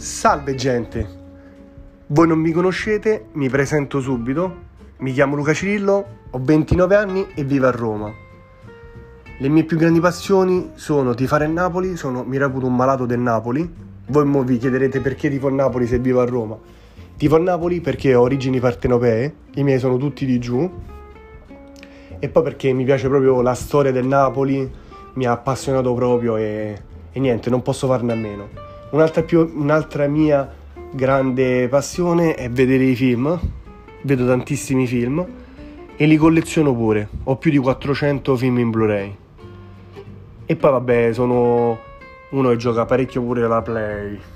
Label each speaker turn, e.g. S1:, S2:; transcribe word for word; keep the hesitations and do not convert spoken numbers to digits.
S1: Salve gente, voi non mi conoscete, mi presento subito, mi chiamo Luca Cirillo, ho ventinove anni e vivo a Roma. Le mie più grandi passioni sono tifare il Napoli, sono, mi reputo un malato del Napoli. Voi mo vi chiederete perché tifo il Napoli se vivo a Roma. Tifo il Napoli perché ho origini partenopee, i miei sono tutti di giù, e poi perché mi piace proprio la storia del Napoli, mi ha appassionato proprio e, e niente, non posso farne a meno. Un'altra, più, un'altra mia grande passione è vedere i film, vedo tantissimi film e li colleziono pure, ho più di quattrocento film in Blu-ray. E poi vabbè, sono uno che gioca parecchio pure alla Play.